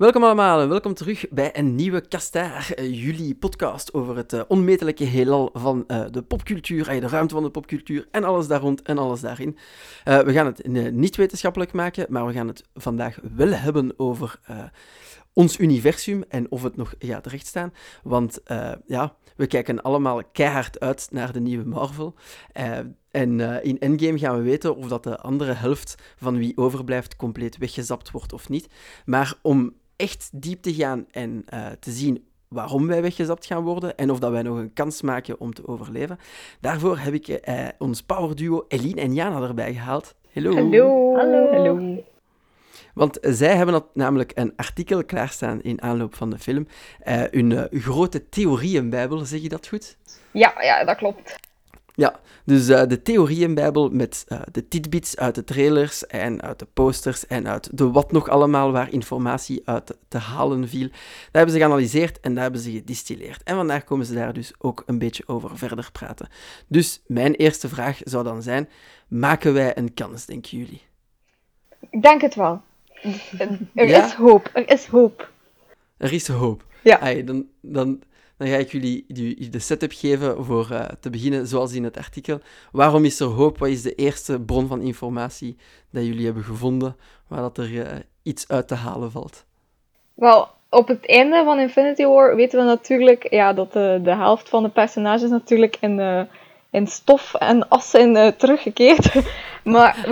Welkom allemaal en welkom terug bij een nieuwe Kastaar, jullie podcast over het onmetelijke heelal van de popcultuur, de ruimte van de popcultuur en alles daar rond en alles daarin. We gaan het niet wetenschappelijk maken, maar we gaan het vandaag wel hebben over ons universum en of het nog gaat rechtstaan. Want we kijken allemaal keihard uit naar de nieuwe Marvel. En in Endgame gaan we weten of dat de andere helft van wie overblijft compleet weggezapt wordt of niet. Maar om echt diep te gaan en te zien waarom wij weggezapt gaan worden en of dat wij nog een kans maken om te overleven. Daarvoor heb ik ons powerduo Eline en Jana erbij gehaald. Hallo. Hallo. Hallo. Want zij hebben namelijk een artikel klaarstaan in aanloop van de film. Hun grote theorieënbijbel, zeg je dat goed? Ja, dat klopt. Ja, dus de theorieënbijbel met de tidbits uit de trailers en uit de posters en uit de wat nog allemaal waar informatie uit te halen viel. Dat hebben ze geanalyseerd en dat hebben ze gedistilleerd. En vandaag komen ze daar dus ook een beetje over verder praten. Dus mijn eerste vraag zou dan zijn, maken wij een kans, denken jullie? Ik denk het wel. Er Ja? is hoop. Er is hoop. Er is hoop. Ja. Dan ga ik jullie de setup geven voor te beginnen, zoals in het artikel. Waarom is er hoop? Wat is de eerste bron van informatie dat jullie hebben gevonden, waar dat er iets uit te halen valt? Wel, op het einde van Infinity War weten we natuurlijk dat de helft van de personages natuurlijk in stof en as zijn teruggekeerd. Maar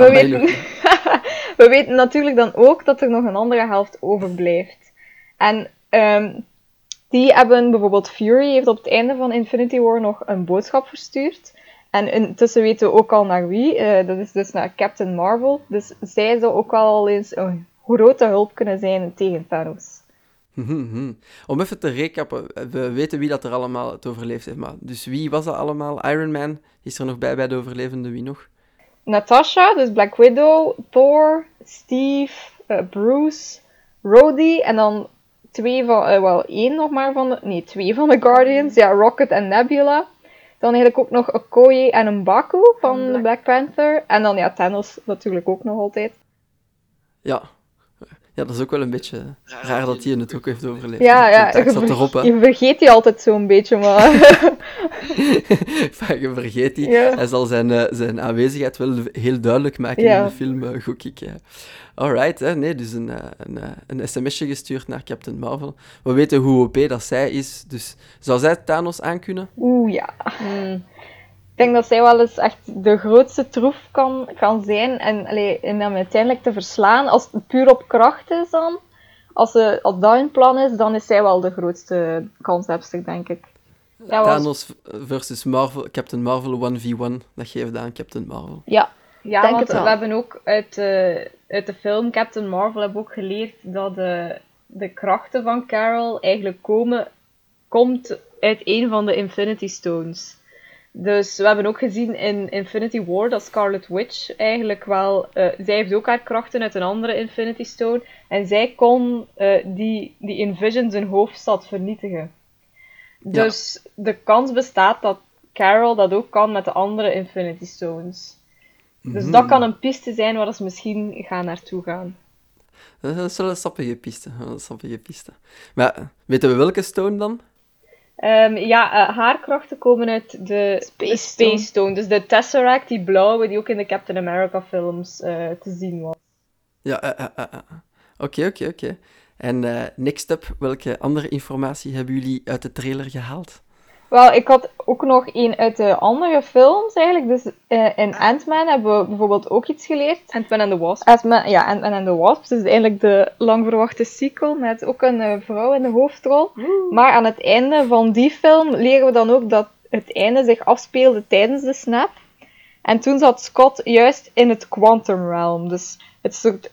we weten natuurlijk dan ook dat er nog een andere helft overblijft. En die hebben bijvoorbeeld Fury heeft op het einde van Infinity War nog een boodschap verstuurd. En intussen weten we ook al naar wie. Dat is dus naar Captain Marvel. Dus zij zou ook wel eens een grote hulp kunnen zijn tegen Thanos. Om even te recappen, we weten wie dat er allemaal het overleefd heeft. Maar dus wie was dat allemaal? Iron Man is er nog bij de overlevenden, wie nog? Natasha, dus Black Widow, Thor, Steve, Bruce, Rhodey en dan twee van de Guardians. Ja, Rocket en Nebula. Dan eigenlijk ook nog Okoye en M'Baku van de Black Panther. En dan Thanos natuurlijk ook nog altijd. Ja, dat is ook wel een beetje raar dat hij het ook heeft overleefd. Ja, je vergeet die altijd zo'n beetje, maar... Je vergeet die. Ja. Hij zal zijn aanwezigheid wel heel duidelijk maken in de film, gok ik. Alright, dus een sms'je gestuurd naar Captain Marvel. We weten hoe OP dat zij is, dus zou zij Thanos aankunnen? Oeh, ja. Ik denk dat zij wel eens echt de grootste troef kan zijn en hem uiteindelijk te verslaan. Als het puur op kracht is dan, als dat hun plan is, dan is zij wel de grootste kanshebster, denk ik. Thanos versus Captain Marvel 1v1, dat geeft aan Captain Marvel. Ja, denk want we hebben ook uit de film Captain Marvel hebben ook geleerd dat de krachten van Carol eigenlijk komt uit een van de Infinity Stones. Dus we hebben ook gezien in Infinity War dat Scarlet Witch eigenlijk wel... zij heeft ook haar krachten uit een andere Infinity Stone. En zij kon die in Vision zijn hoofdstad vernietigen. Dus de kans bestaat dat Carol dat ook kan met de andere Infinity Stones. Dus dat kan een piste zijn waar ze misschien gaan naartoe gaan. Dat is wel een sappige piste. Maar weten we welke stone dan? Haar krachten komen uit de Space Stone. Dus de Tesseract, die blauwe, die ook in de Captain America films te zien was. Ja, oké. En next up, welke andere informatie hebben jullie uit de trailer gehaald? Wel, ik had ook nog één uit de andere films eigenlijk. Dus in Ant-Man hebben we bijvoorbeeld ook iets geleerd. Ant-Man and the Wasp. Ant-Man and the Wasp. Dus eigenlijk de lang verwachte sequel met ook een vrouw in de hoofdrol. Maar aan het einde van die film leren we dan ook dat het einde zich afspeelde tijdens de snap. En toen zat Scott juist in het Quantum Realm. Dus het soort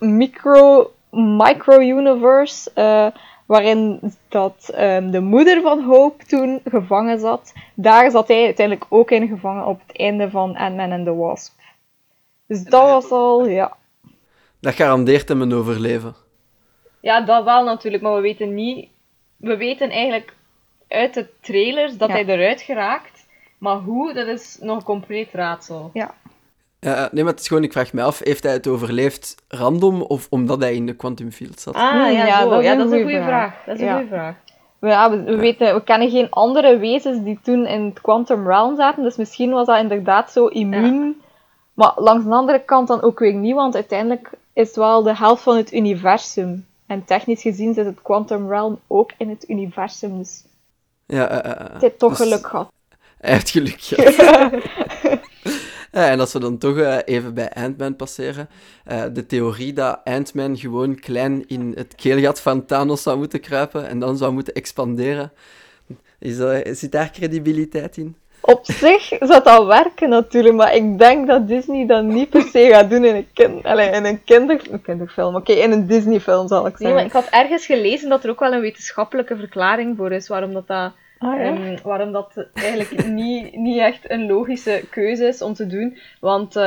micro-universe... waarin dat de moeder van Hope toen gevangen zat. Daar zat hij uiteindelijk ook in gevangen op het einde van Ant-Man and the Wasp. Dus dat was al, Dat garandeert hem een overleven. Ja, dat wel natuurlijk, maar we weten niet... We weten eigenlijk uit de trailers dat hij eruit geraakt. Maar hoe, dat is nog een compleet raadsel. Ja. Nee, maar het is gewoon, ik vraag me af, heeft hij het overleefd random of omdat hij in de quantum field zat? Dat is een goede vraag. Dat is een goede vraag. We kennen geen andere wezens die toen in het quantum realm zaten, dus misschien was dat inderdaad zo immuun. Ja. Maar langs de andere kant dan ook weer niet, want uiteindelijk is het wel de helft van het universum. En technisch gezien zit het quantum realm ook in het universum, dus het heeft toch geluk gehad. Hij heeft geluk gehad. En als we dan toch even bij Ant-Man passeren. De theorie dat Ant-Man gewoon klein in het keelgat van Thanos zou moeten kruipen en dan zou moeten expanderen. Zit daar credibiliteit in? Op zich zou dat werken natuurlijk, maar ik denk dat Disney dat niet per se gaat doen in een kinderfilm. Oké, in een Disney-film zal ik zeggen. Nee, maar ik had ergens gelezen dat er ook wel een wetenschappelijke verklaring voor is waarom dat eigenlijk niet echt een logische keuze is om te doen. Want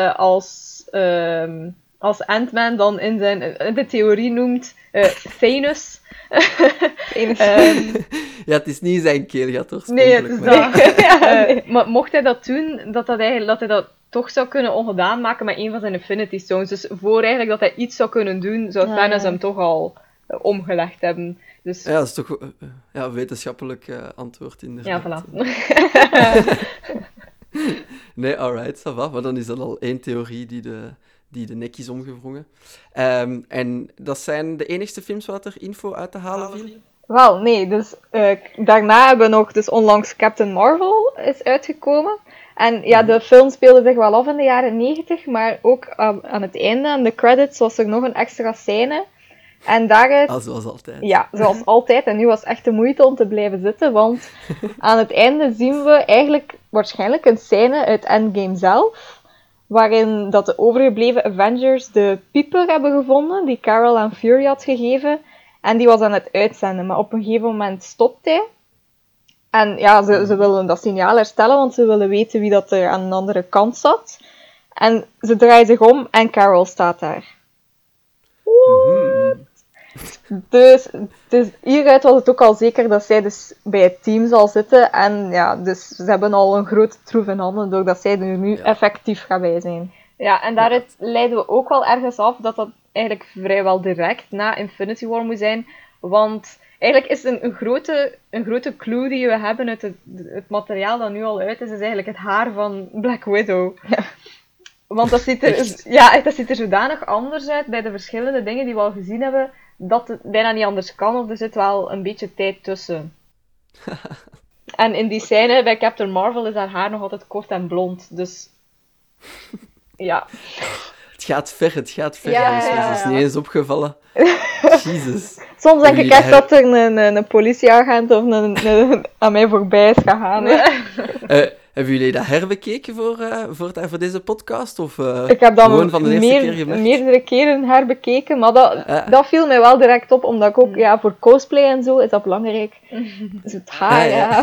als Ant-Man dan in de theorie noemt Thanos... ja, het is niet zijn keelgat, hoor. Nee, het is dat. Maar mocht hij dat doen, dat hij dat toch zou kunnen ongedaan maken met een van zijn Infinity Stones. Dus voor eigenlijk dat hij iets zou kunnen doen, zou Thanos hem toch al omgelegd hebben. Dus... Ja, dat is toch een wetenschappelijk antwoord inderdaad. Ja, voilà. Nee, alright, ça va. Maar dan is dat al één theorie die de nek is omgewrongen. En dat zijn de enigste films waar er info uit te halen viel? Wel, nee. Dus daarna hebben we nog... Dus onlangs Captain Marvel is uitgekomen. En ja, de film speelde zich wel af in de jaren 90, maar ook aan het einde, aan de credits, was er nog een extra scène. En daaruit... zoals altijd. Ja, zoals altijd. En nu was het echt de moeite om te blijven zitten, want aan het einde zien we eigenlijk waarschijnlijk een scène uit Endgame zelf, waarin dat de overgebleven Avengers de pieper hebben gevonden, die Carol aan Fury had gegeven. En die was aan het uitzenden, maar op een gegeven moment stopt hij. En ja, ze willen dat signaal herstellen, want ze willen weten wie dat er aan de andere kant zat. En ze draaien zich om en Carol staat daar. Dus hieruit was het ook al zeker dat zij dus bij het team zal zitten. En ja, dus ze hebben al een grote troef in handen, doordat zij er nu effectief gaat bij zijn. Ja, en daaruit leiden we ook wel ergens af dat eigenlijk vrijwel direct na Infinity War moet zijn. Want eigenlijk is een grote clue die we hebben uit het materiaal dat nu al uit is eigenlijk het haar van Black Widow. Ja. Want dat ziet er zodanig anders uit bij de verschillende dingen die we al gezien hebben, dat het bijna niet anders kan, of er zit wel een beetje tijd tussen. En in die scène bij Captain Marvel is haar haar nog altijd kort en blond, dus... Ja. Het gaat ver. Dat is niet eens opgevallen. Jezus. Soms denk ik echt dat er een politieagent of een aan mij voorbij is gegaan. Hebben jullie dat herbekeken voor deze podcast? Of ik heb dat gewoon van de eerste keer gemerkt? Meerdere keren herbekeken, maar dat viel mij wel direct op, omdat ik ook voor cosplay en zo is dat belangrijk. Dus het haar,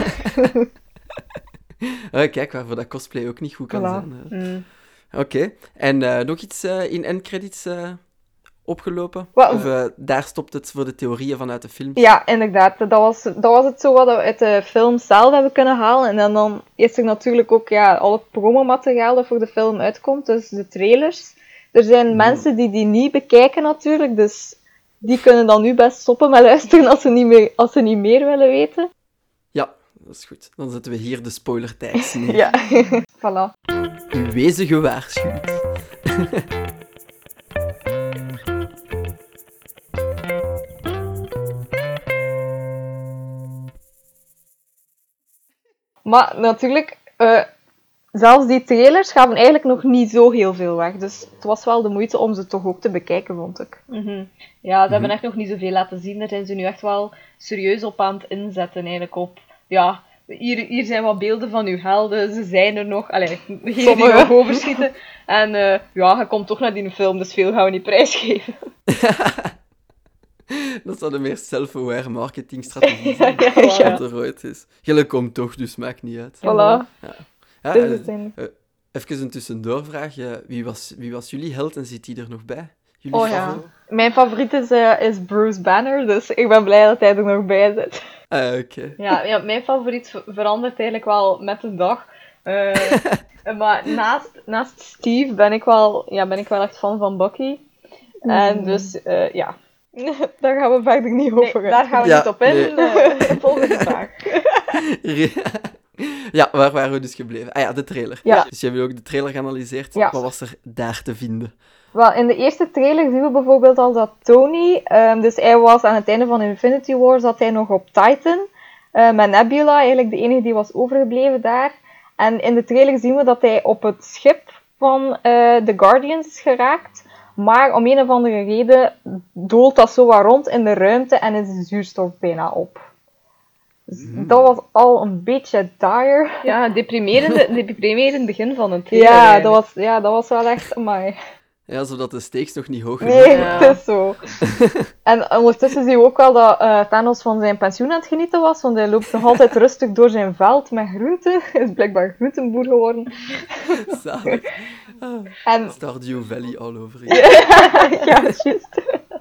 kijk, waarvoor dat cosplay ook niet goed kan zijn. Oké. En nog iets in endcredits opgelopen? Of daar stopt het voor de theorieën vanuit de film? Ja, inderdaad. Dat was het zo wat we uit de film zelf hebben kunnen halen. En dan is er natuurlijk ook al het promomateriaal dat voor de film uitkomt, dus de trailers. Er zijn mensen die niet bekijken natuurlijk, dus die kunnen dan nu best stoppen met luisteren als ze niet meer willen weten. Ja, dat is goed. Dan zetten we hier de spoiler-tags neer. Ja, voilà. Wezen gewaarschuwd. Maar natuurlijk, zelfs die trailers gaven eigenlijk nog niet zo heel veel weg. Dus het was wel de moeite om ze toch ook te bekijken, vond ik. Mm-hmm. Ja, ze hebben echt nog niet zoveel laten zien. Daar zijn ze nu echt wel serieus op aan het inzetten, eigenlijk op... Ja, hier zijn wat beelden van uw helden. Ze zijn er nog. Allee, degene die nog overschieten. En je komt toch naar die film, dus veel gaan we niet prijsgeven. Dat zou de meer self-aware marketingstrategie zijn. Wat er ooit is. Jullie komt toch, dus maakt niet uit. Voilà. Even een tussendoorvraag. Wie was jullie held en zit die er nog bij? Mijn favoriet is Bruce Banner, dus ik ben blij dat hij er nog bij zit. Oké. Ja, mijn favoriet verandert eigenlijk wel met de dag. Maar naast Steve ben ik wel echt fan van Bucky. En dus, ja. Daar gaan we verder niet over. Nee, daar gaan we niet op in. Volgende vraag. Ja, waar waren we dus gebleven? Ah ja, de trailer. Ja. Dus je hebt ook de trailer geanalyseerd. Ja. Wat was er daar te vinden? Wel, in de eerste trailer zien we bijvoorbeeld al dat Tony, dus hij was aan het einde van Infinity War, zat hij nog op Titan, met Nebula, eigenlijk de enige die was overgebleven daar. En in de trailer zien we dat hij op het schip van de Guardians is geraakt, maar om een of andere reden doolt dat zo wat rond in de ruimte en is de zuurstof bijna op. Dus dat was al een beetje dire. Ja, deprimerend begin van een trailer. Ja, dat was wel echt, amai. Ja, zodat de stakes nog niet hoog Nee, genoeg het is zo. En ondertussen zien we ook wel dat Thanos van zijn pensioen aan het genieten was, want hij loopt nog altijd rustig door zijn veld met groenten. Hij is blijkbaar groentenboer geworden. Zalig. En... Stardew Valley all over. Ja, juist.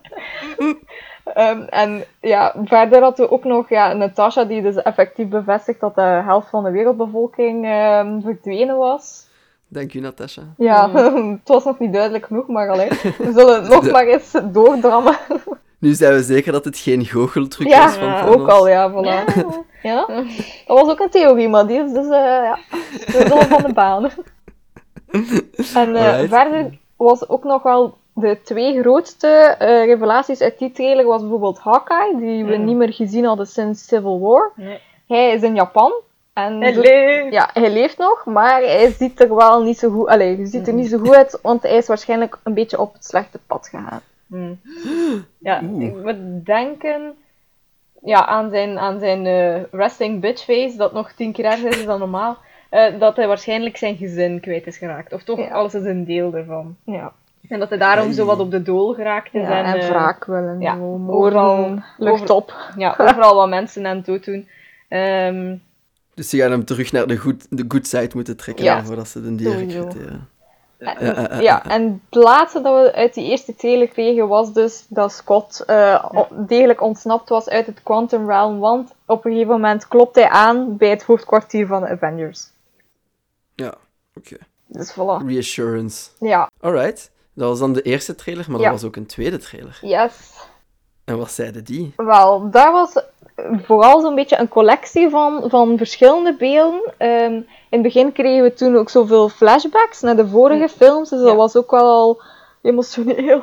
En ja, verder hadden we ook nog Natasha, die dus effectief bevestigt dat de helft van de wereldbevolking verdwenen was. Dank u, Natasha. Ja, het was nog niet duidelijk genoeg, maar allee, we zullen het nog maar eens doordrammen. Nu zijn we zeker dat het geen goocheltruc Ja, was van Thanos. ook al, ja, voilà. Ja, dat was ook een theorie, maar die is dus, we zullen van de baan. En verder was ook nog wel de twee grootste revelaties uit die trailer was bijvoorbeeld Hawkeye, die we niet meer gezien hadden sinds Civil War. Nee. Hij is in Japan. En Hij leeft. Ja, hij leeft nog, maar hij ziet er wel niet zo goed, hij ziet er niet zo goed uit, want hij is waarschijnlijk een beetje op het slechte pad gegaan. Ja, ik moet denken aan zijn resting bitch face, dat nog 10 keer erger is dan normaal, dat hij waarschijnlijk zijn gezin kwijt is geraakt. Of toch alles is een deel ervan. Ja. En dat hij daarom zo wat op de dool geraakt is. En wraak willen. Ja, moorden, lucht op. Ja, overal wat mensen aan het dooddoen. Dus ze gaan hem terug naar de good side moeten trekken voordat ze de dier recruteren. En het laatste dat we uit die eerste trailer kregen was dus dat Scott degelijk ontsnapt was uit het Quantum Realm, want op een gegeven moment klopt hij aan bij het hoofdkwartier van de Avengers. Ja, oké. Dus voilà. Reassurance. Ja. Alright. Dat was dan de eerste trailer, maar er was ook een tweede trailer. Yes. En wat zeiden die? Wel, daar was vooral zo'n beetje een collectie van verschillende beelden. In het begin kregen we toen ook zoveel flashbacks naar de vorige films, dus dat was ook wel al emotioneel.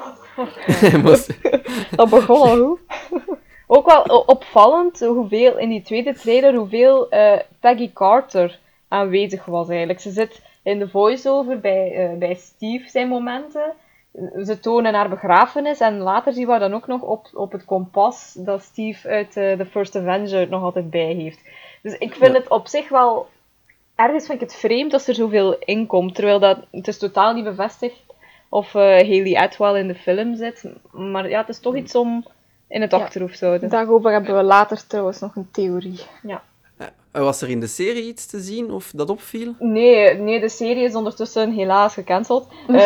Dat begon al goed. Ook wel opvallend hoeveel in die tweede trailer, hoeveel Peggy Carter aanwezig was eigenlijk. Ze zit in de voice-over bij Steve zijn momenten. Ze tonen haar begrafenis en later zien we dan ook nog op het kompas dat Steve uit The First Avenger nog altijd bij heeft. Dus ik vind het op zich wel... Ergens vind ik het vreemd dat er zoveel in komt, terwijl het is totaal niet bevestigd of Hayley Atwell in de film zit. Maar ja, het is toch iets om in het achterhoofd te houden. Daarover hebben we later trouwens nog een theorie. Ja. Was er in de serie iets te zien of dat opviel? Nee, de serie is ondertussen helaas gecanceld.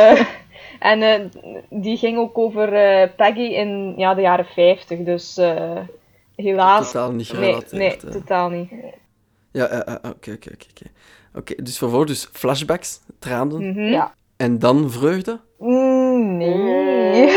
En die ging ook over Peggy in de jaren 50, dus helaas... Totaal niet gerelateerd. Nee, totaal niet. Ja, oké. Dus vervolgens flashbacks, tranen. Ja. En dan vreugde? Nee.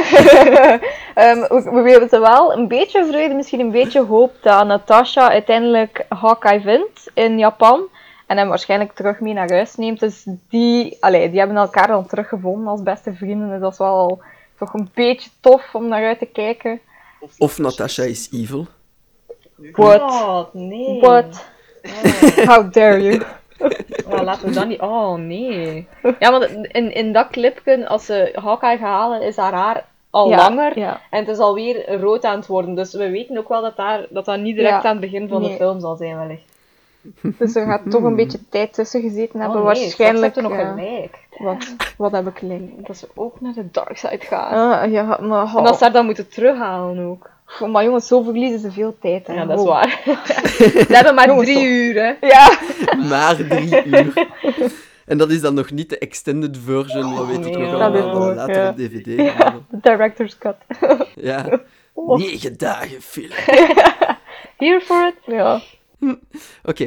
We weten wel een beetje vreugde, misschien een beetje hoop dat Natasha uiteindelijk Hawkeye vindt in Japan. En hem waarschijnlijk terug mee naar huis neemt. Dus die hebben elkaar dan teruggevonden als beste vrienden. Dus dat is wel toch een beetje tof om naar uit te kijken. Of Natasha is evil. What? Oh, nee. What? How dare you? Oh, laten we dat niet... Oh, nee. Ja, want in dat clipje, als ze Hawkeye gaat halen, is haar al langer. Ja. En het is alweer rood aan het worden. Dus we weten ook wel dat niet direct aan het begin van de film zal zijn, wellicht. Dus er gaat toch een beetje tijd tussen gezeten hebben. Waarschijnlijk. Heb je nog gelijk. Wat heb ik gelijk? Dat ze ook naar de dark side gaan. Maar... En dat ze haar dan moeten terughalen ook. Maar jongens, zo verliezen ze veel tijd. Hè. Ja, dat is waar. Ze hebben maar 3 uur, hè. Ja. Maar 3 uur. En dat is dan nog niet de extended version, dat weet ik nog wel. Dat we later op DVD gaan. De director's cut. Ja. 9 dagen film. Here for it. Ja. Oké.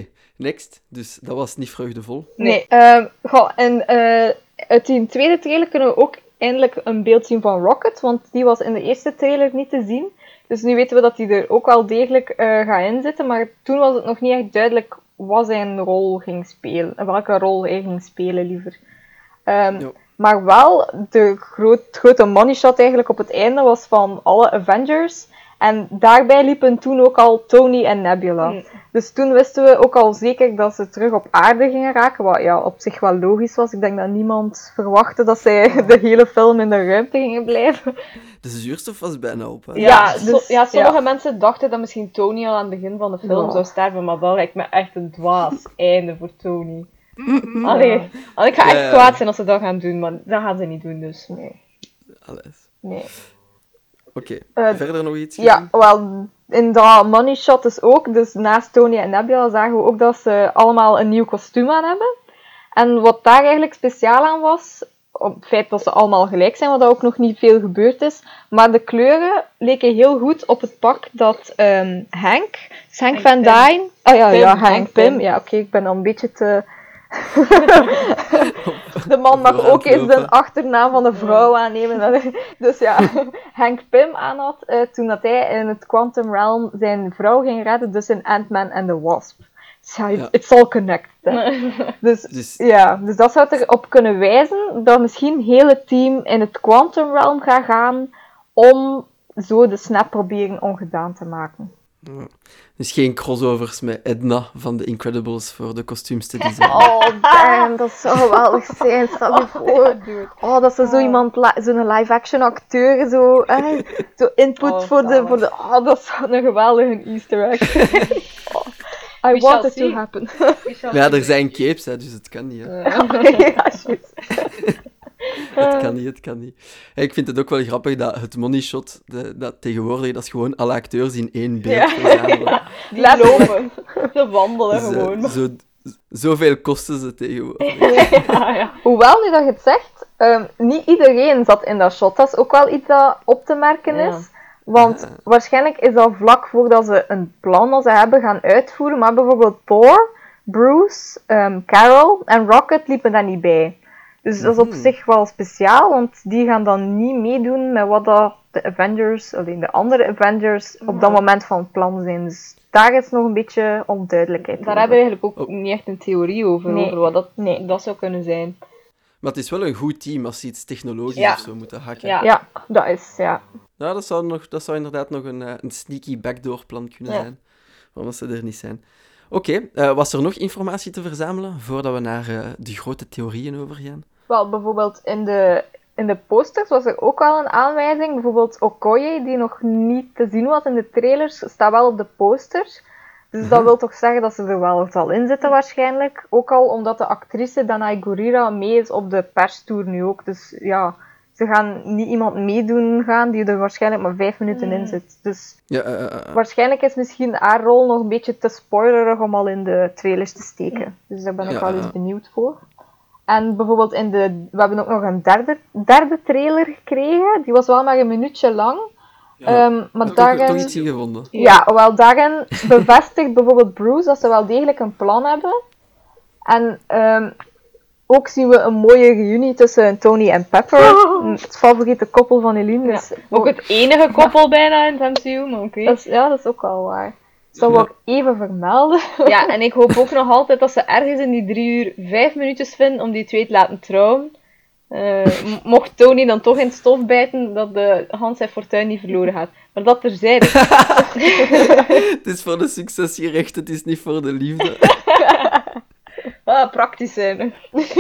next. Dus dat was niet vreugdevol. Nee. En uit die tweede trailer kunnen we ook eindelijk een beeld zien van Rocket, want die was in de eerste trailer niet te zien. Dus nu weten we dat hij er ook wel degelijk gaat inzitten, maar toen was het nog niet echt duidelijk wat zijn rol ging spelen. Welke rol hij ging spelen, liever. Maar wel, de grote money shot eigenlijk op het einde was van alle Avengers. En daarbij liepen toen ook al Tony en Nebula. Dus toen wisten we ook al zeker dat ze terug op aarde gingen raken. Wat ja, op zich wel logisch was. Ik denk dat niemand verwachtte dat zij de hele film in de ruimte gingen blijven. De zuurstof was bijna op. Hè? Sommige mensen dachten dat misschien Tony al aan het begin van de film zou sterven. Maar dat lijkt me echt een dwaas einde voor Tony. Allee, ik ga echt kwaad zijn als ze dat gaan doen. Maar dat gaan ze niet doen, dus nee. Alles. Nee. Oké, verder nog iets? Ja, wel, in dat money shot dus ook. Dus naast Tony en Nebula zagen we ook dat ze allemaal een nieuw kostuum aan hebben. En wat daar eigenlijk speciaal aan was, op het feit dat ze allemaal gelijk zijn, wat ook nog niet veel gebeurd is, maar de kleuren leken heel goed op het pak dat Hank Van Dyne... Hank Pym. Ja, oké, ik ben al een beetje te... De man mag ook eens de achternaam van de vrouw aannemen. Dus ja, Hank Pym aan had toen dat hij in het Quantum Realm zijn vrouw ging redden, dus in Ant-Man and the Wasp. Dus ja, it's all connected. Dus dat zou erop kunnen wijzen dat misschien het hele team in het Quantum Realm gaat gaan om zo de snap proberen ongedaan te maken. Ja. Dus geen crossovers met Edna van The Incredibles voor de kostuums te designen. Oh, damn, dat zou geweldig zijn. Stel je voor. Oh, dat ze zo iemand, zo'n live-action acteur, zo input voor de... Oh, dat zou een geweldige Easter egg zijn. I want it to happen. Ja, er zijn capes, hè, dus het kan niet. Hè. Het kan niet. Hey, ik vind het ook wel grappig dat het money shot, dat tegenwoordig, dat is gewoon alle acteurs in één beeld verzamelen. Die lopen. Ze wandelen dus, gewoon. Zoveel kosten ze tegenwoordig. Hoewel, nu dat je het zegt, niet iedereen zat in dat shot. Dat is ook wel iets dat op te merken is. Want waarschijnlijk is dat vlak voordat ze een plan dat ze hebben gaan uitvoeren. Maar bijvoorbeeld Thor, Bruce, Carol en Rocket liepen daar niet bij. Dus dat is op zich wel speciaal, want die gaan dan niet meedoen met wat dat de Avengers, alleen de andere Avengers, op dat moment van plan zijn. Dus daar is nog een beetje onduidelijkheid. Daar hebben we eigenlijk ook niet echt een theorie over, over wat dat zou kunnen zijn. Maar het is wel een goed team als ze iets technologisch of zo moeten hacken. Ja, dat is, Ja, dat zou inderdaad nog een sneaky backdoor-plan kunnen zijn. Waarom ze er niet zijn. Oké, was er nog informatie te verzamelen voordat we naar de grote theorieën overgaan? Wel, bijvoorbeeld in de posters was er ook wel een aanwijzing. Bijvoorbeeld Okoye, die nog niet te zien was in de trailers, staat wel op de posters. Dus dat wil toch zeggen dat ze er wel zal in zitten waarschijnlijk. Ook al omdat de actrice Danai Gurira mee is op de perstour nu ook. Dus ja, ze gaan niet iemand meedoen gaan die er waarschijnlijk maar 5 minuten in zit. Dus waarschijnlijk is misschien haar rol nog een beetje te spoilerig om al in de trailers te steken. Dus daar ben ik wel eens benieuwd voor. En bijvoorbeeld we hebben ook nog een derde trailer gekregen. Die was wel maar een minuutje lang. Maar daarin... toch iets in gevonden. Ja, wel daarin bevestigt bijvoorbeeld Bruce dat ze wel degelijk een plan hebben. En ook zien we een mooie reunie tussen Tony en Pepper. Het favoriete koppel van Eline. Dus ook het enige koppel bijna in het MCU, maar oké. Dat is ook wel waar. Dat wil ik even vermelden. Ja, en ik hoop ook nog altijd dat ze ergens in die 3 uur 5 minuutjes vinden om die twee te laten trouwen. Mocht Tony dan toch in het stof bijten, dat de Hans zijn fortuin niet verloren gaat. Maar dat terzijde. Het is voor de successierecht, het is niet voor de liefde. Praktisch zijn.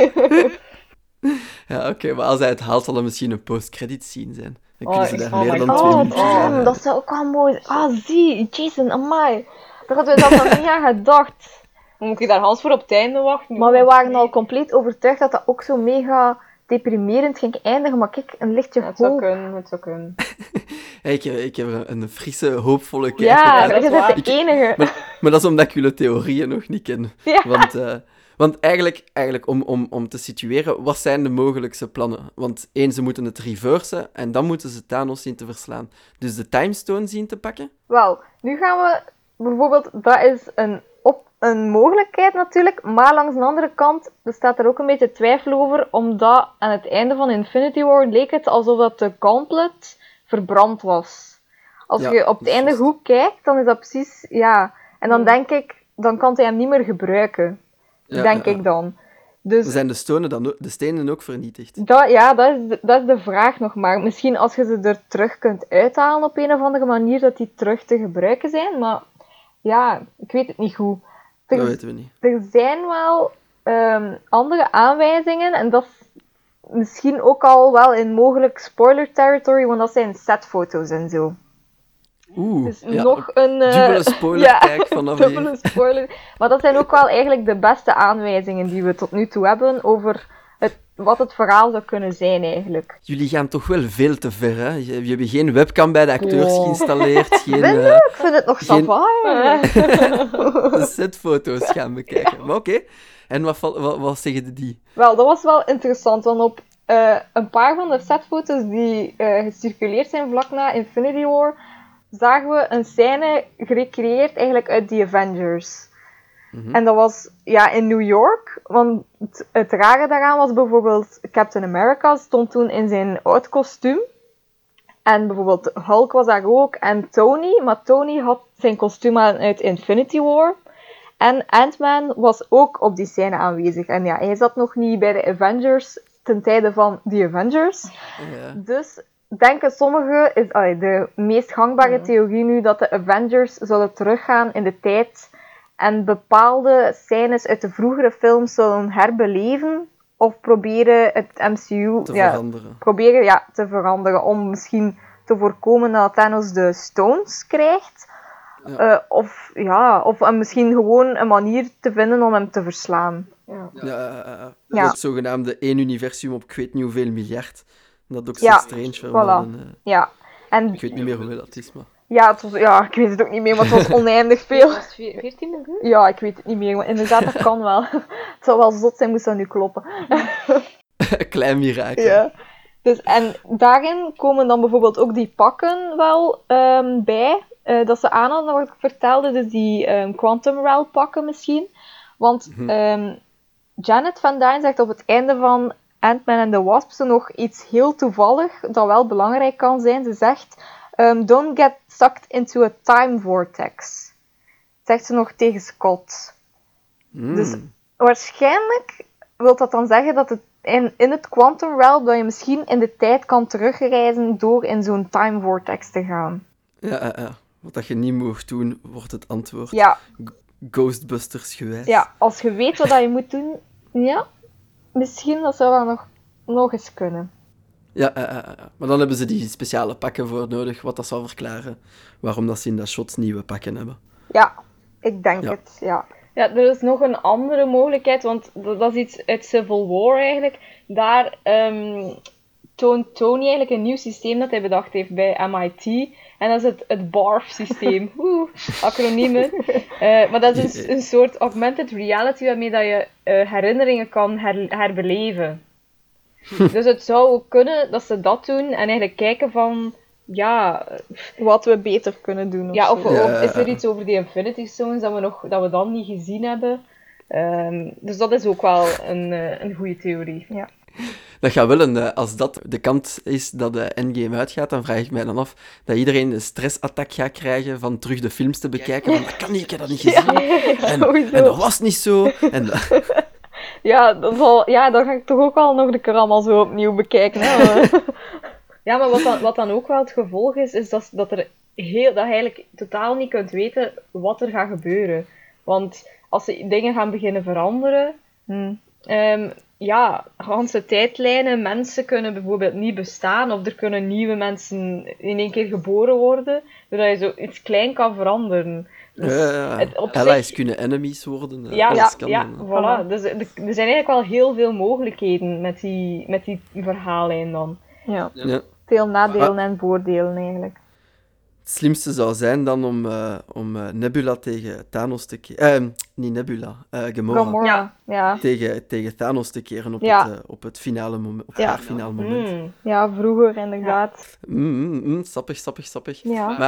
Ja, oké, maar als hij het haalt, zal er misschien een post-credit scene zijn. Dan kunnen ze daar meer dan 2 God. minuten zijn. Dat zou ook wel mooi zijn. Zie, Jason, amai. Daar hadden we dat nog niet aan gedacht. Dan moet je daar Hans voor op het einde wachten. Maar wij waren al compleet overtuigd dat dat ook zo mega deprimerend ging eindigen. Maar kijk, een lichtje hoop. Het zou kunnen. Ik heb een frisse, hoopvolle kijk. Ja, dat is het enige. Maar dat is omdat ik jullie theorieën nog niet ken. Ja. Want eigenlijk om te situeren, wat zijn de mogelijkste plannen? Want ze moeten het reversen en dan moeten ze Thanos zien te verslaan. Dus de Time Stone zien te pakken? Wel, nu gaan we bijvoorbeeld, dat is een op een mogelijkheid natuurlijk, maar langs de andere kant bestaat er ook een beetje twijfel over, omdat aan het einde van Infinity War leek het alsof dat de Gauntlet verbrand was. Als Ja, je op het dat is einde juist. goed kijkt, dan is dat precies, ja. En dan denk ik, dan kan hij hem niet meer gebruiken. Ja, Denk ja, ja. ik dan. Dus Zijn de stenen ook vernietigd? dat is de vraag nog maar. Misschien als je ze er terug kunt uithalen op een of andere manier, dat die terug te gebruiken zijn. Maar ja, ik weet het niet goed. Dat weten we niet. Er zijn wel andere aanwijzingen, en dat is misschien ook al wel in mogelijk spoiler territory, want dat zijn setfoto's en zo. Oeh, Dus ja, nog een... dubbele spoiler kijk vanaf hier. dubbele spoiler. Maar dat zijn ook wel eigenlijk de beste aanwijzingen die we tot nu toe hebben over wat het verhaal zou kunnen zijn eigenlijk. Jullie gaan toch wel veel te ver, hè? Je hebt geen webcam bij de acteurs Oh. geïnstalleerd, geen Ik vind het nog geen- sava. de setfoto's gaan bekijken. Maar oké. En wat zeggen die? Wel, dat was wel interessant, want op een paar van de setfoto's die gecirculeerd zijn vlak na Infinity War, zagen we een scène gerecreëerd eigenlijk uit The Avengers. En dat was in New York, want het rare daaraan was bijvoorbeeld Captain America stond toen in zijn oud kostuum. En bijvoorbeeld Hulk was daar ook en Tony, maar Tony had zijn kostuum aan uit Infinity War. En Ant-Man was ook op die scène aanwezig. En ja, hij zat nog niet bij de Avengers ten tijde van The Avengers. Ja. Dus denken sommigen, is de meest gangbare theorie nu, dat de Avengers zouden teruggaan in de tijd en bepaalde scènes uit de vroegere films zullen herbeleven of proberen het MCU Te veranderen. te veranderen om misschien te voorkomen dat Thanos de Stones krijgt. Ja. Of misschien gewoon een manier te vinden om hem te verslaan. Ja. Ja. Het zogenaamde één universum op ik weet niet hoeveel miljard. Dat Doctor Ja, Strange vermelden. Ja. En Ik weet niet meer hoeveel dat is, maar... ik weet het ook niet meer, maar het was oneindig veel. Was het 14 miljoen? Ja, ik weet het niet meer, maar inderdaad, dat kan wel. Het zou wel zot zijn, moest dat nu kloppen. Een klein mirakel. Ja. Dus, en daarin komen dan bijvoorbeeld ook die pakken wel bij, dat ze aan hadden, wat ik vertelde, dus die Quantum Realm pakken misschien. Want Janet Van Dyne zegt op het einde van Ant-Man and the Wasp zo nog iets heel toevallig, dat wel belangrijk kan zijn. Ze zegt, don't get sucked into a time vortex. Zegt ze nog tegen Scott. Dus waarschijnlijk wil dat dan zeggen dat het in het Quantum Realm, dat je misschien in de tijd kan terugreizen door in zo'n time vortex te gaan. Ja. Wat dat je niet mocht doen, wordt het antwoord. Ja, Ghostbusters gewijs. ja, als je weet wat je moet doen, ja, misschien dat zou wel nog eens kunnen. Ja. Maar dan hebben ze die speciale pakken voor nodig, wat dat zal verklaren waarom dat ze in dat shot nieuwe pakken hebben. Ja, ik denk Ja. het, ja. Ja, er is nog een andere mogelijkheid, want dat is iets uit Civil War eigenlijk. Daar toont Tony eigenlijk een nieuw systeem dat hij bedacht heeft bij MIT. En dat is het BARF-systeem. Acroniemen. Maar dat is een soort augmented reality waarmee dat je herinneringen kan herbeleven. Dus het zou ook kunnen dat ze dat doen en eigenlijk kijken van... Ja, Wat we beter kunnen doen. ja, zo. of is er iets over die Infinity Stones dat we dan niet gezien hebben? Dus dat is ook wel een goede theorie. Ja. Dat gaat wel als dat de kant is dat de Endgame uitgaat, dan vraag ik mij dan af dat iedereen een stressattack gaat krijgen van terug de films te bekijken. Want dat kan niet, ik heb dat niet gezien. Sowieso. En dat was niet zo. En Ja, dan ga ik toch ook wel nog de keer allemaal zo opnieuw bekijken. Hè? Ja, maar wat dan ook wel het gevolg is dat je eigenlijk totaal niet kunt weten wat er gaat gebeuren. Want als ze dingen gaan beginnen veranderen, ganse tijdlijnen, mensen kunnen bijvoorbeeld niet bestaan, of er kunnen nieuwe mensen in één keer geboren worden, zodat je zo iets klein kan veranderen. Dus allies kunnen enemies worden. Ja, alles kan ja, dan. voilà. Dus er zijn eigenlijk wel heel veel mogelijkheden met die verhaallijn dan. Ja. Ja. Veel nadelen en voordelen eigenlijk. Het slimste zou zijn dan om Nebula tegen Thanos te keren. Niet Nebula, Gamora. Gamora. Ja. Tegen Thanos te keren op het finale moment, op haar finale moment. Ja, vroeger inderdaad. Sappig. Ja. Maar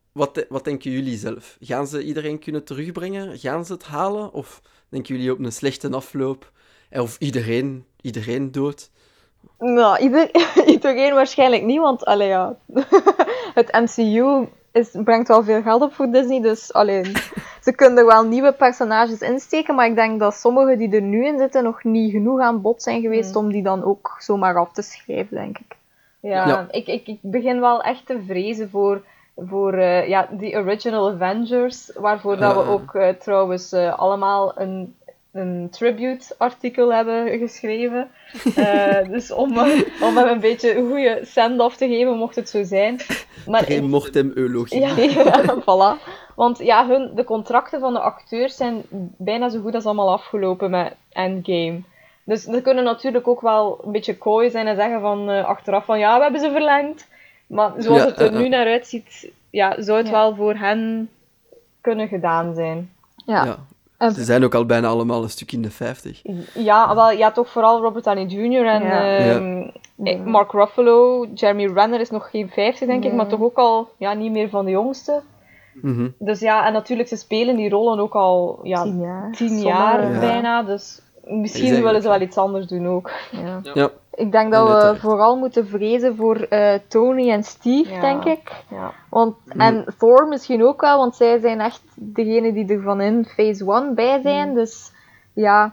wat denken jullie zelf? Gaan ze iedereen kunnen terugbrengen? Gaan ze het halen? Of denken jullie op een slechte afloop? Of iedereen dood? Nou, iedereen waarschijnlijk niet, want allee, ja. Het MCU brengt wel veel geld op voor Disney, dus alleen, ze kunnen er wel nieuwe personages insteken, maar ik denk dat sommige die er nu in zitten nog niet genoeg aan bod zijn geweest om die dan ook zomaar af te schrijven, denk ik. Ja. Ik begin wel echt te vrezen voor die Original Avengers, waarvoor dat we ook trouwens allemaal een tribute-artikel hebben geschreven. Dus om hem een beetje een goede send-off te geven, mocht het zo zijn. Maar Geen mortem-eulogie. Ja, voilà. Want ja, de contracten van de acteurs zijn bijna zo goed als allemaal afgelopen met Endgame. Dus ze kunnen natuurlijk ook wel een beetje kooi zijn en zeggen van achteraf van ja, we hebben ze verlengd. Maar zoals het er nu naar uitziet, zou het wel voor hen kunnen gedaan zijn. Ja. Ze zijn ook al bijna allemaal een stuk in de 50. Ja, toch vooral Robert Downey Jr. en Mark Ruffalo. Jeremy Renner is nog geen 50, denk ik, maar toch ook al niet meer van de jongste. Mm-hmm. Dus en natuurlijk, ze spelen die rollen ook al 10 jaar bijna, dus misschien willen ze wel iets anders doen ook. Ja. Ik denk dat we vooral moeten vrezen voor Tony en Steve, denk ik. Ja. En Thor misschien ook wel, want zij zijn echt degene die er van in Phase 1 bij zijn. Dus ja...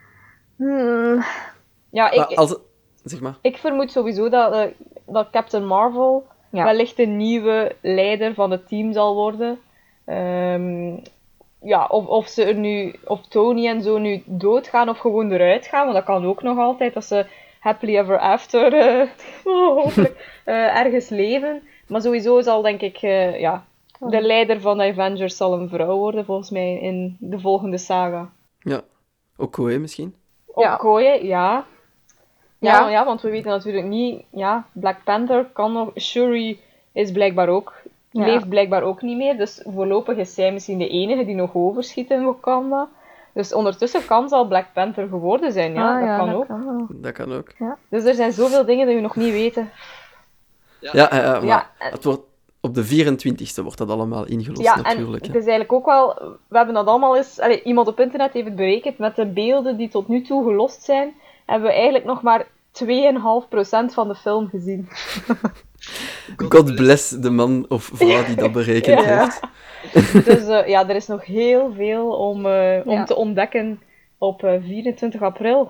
Zeg maar. Ik vermoed sowieso dat Captain Marvel wellicht een nieuwe leider van het team zal worden. Of Tony en zo nu doodgaan of gewoon eruit gaan, want dat kan ook nog altijd, dat ze happily ever after hopelijk ergens leven. Maar sowieso zal denk ik de leider van de Avengers zal een vrouw worden, volgens mij, in de volgende saga. Ja, Okoye misschien? Okoye, ja. Ja, want we weten natuurlijk niet, Black Panther kan nog, Shuri is blijkbaar ook, leeft blijkbaar ook niet meer, dus voorlopig is zij misschien de enige die nog overschiet in Wakanda. Dus ondertussen kan ze al Black Panther geworden zijn, dat kan ook. Dat kan ook. Ja. Dus er zijn zoveel dingen die we nog niet weten. Maar het wordt, op de 24e wordt dat allemaal ingelost natuurlijk. En het is eigenlijk ook wel, we hebben dat allemaal eens, iemand op internet heeft het berekend, met de beelden die tot nu toe gelost zijn, hebben we eigenlijk nog maar 2,5% van de film gezien. God bless de man of vrouw die dat berekend heeft. Dus er is nog heel veel om te ontdekken op 24 april.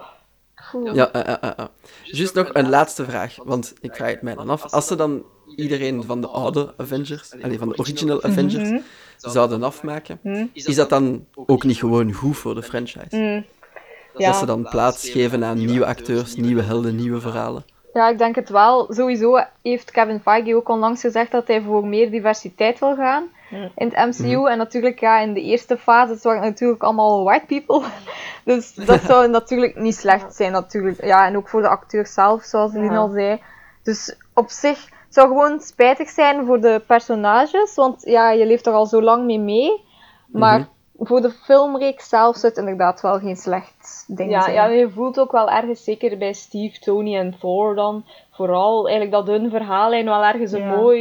Juist nog een laatste vraag, want ik vraag het mij dan af. Als ze dan iedereen van de oude Avengers, van de original Avengers, zouden afmaken, is dat dan ook niet gewoon goed voor de franchise? Dat ze dan plaats geven aan nieuwe acteurs, nieuwe helden, nieuwe verhalen? Ja, ik denk het wel. Sowieso heeft Kevin Feige ook onlangs gezegd dat hij voor meer diversiteit wil gaan in het MCU. En natuurlijk, in de eerste fase waren het natuurlijk allemaal white people. Dus dat zou natuurlijk niet slecht zijn, natuurlijk. Ja, en ook voor de acteurs zelf, zoals Lien al zei. Dus op zich, het zou gewoon spijtig zijn voor de personages, want je leeft er al zo lang mee. Maar voor de filmreeks zelf zou het inderdaad wel geen slecht ding zijn. Ja, je voelt ook wel ergens, zeker bij Steve, Tony en Thor dan, vooral eigenlijk dat hun verhaallijn wel ergens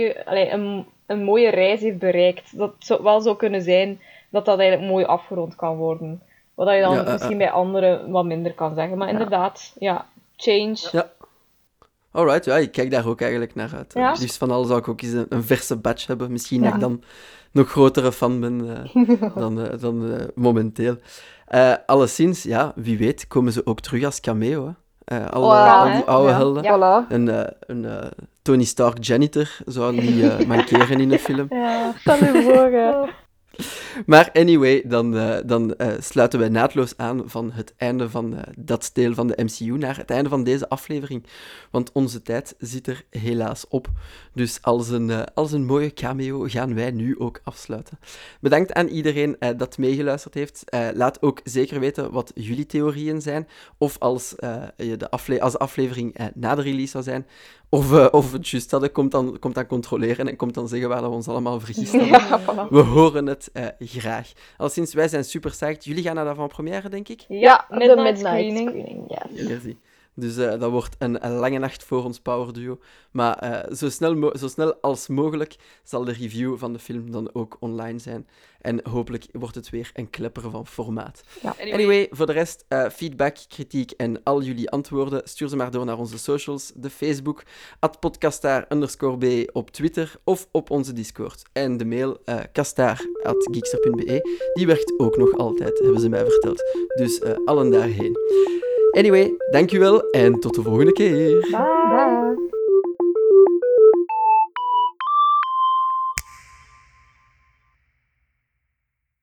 een mooie reis heeft bereikt. Dat zou wel zo kunnen zijn dat eigenlijk mooi afgerond kan worden. Wat je dan misschien bij anderen wat minder kan zeggen. Maar inderdaad, change. Ja. Alright, ik kijk daar ook eigenlijk naar uit. Dus van alles zou ik ook eens een verse batch hebben. Misschien dat ik dan nog grotere fan ben dan momenteel. Alleszins, wie weet, komen ze ook terug als cameo. Al die oude helden. Ja. Een Tony Stark janitor zou niet mankeren in een film. Ja, stel je voor. Maar anyway, dan sluiten wij naadloos aan van het einde van dat deel van de MCU naar het einde van deze aflevering. Want onze tijd zit er helaas op. Dus als een mooie cameo gaan wij nu ook afsluiten. Bedankt aan iedereen dat meegeluisterd heeft. Laat ook zeker weten wat jullie theorieën zijn. Of als de aflevering na de release zou zijn. Of het juist hadden, komt dan controleren en komt dan zeggen waar we ons allemaal vergist hebben. Voilà. We horen het graag. Alleszins, wij zijn super psyched. Jullie gaan naar de avant-première, denk ik? Ja, de midnight screening. Merci. Dus dat wordt een lange nacht voor ons powerduo. Maar zo snel als mogelijk zal de review van de film dan ook online zijn. En hopelijk wordt het weer een klepper van formaat. Ja. Anyway, voor de rest, feedback, kritiek en al jullie antwoorden, stuur ze maar door naar onze socials, de Facebook, @podcastaar_b op Twitter of op onze Discord. En de mail, kastaar@geekster.be, die werkt ook nog altijd, hebben ze mij verteld. Dus allen daarheen. Anyway, dankjewel en tot de volgende keer. Bye.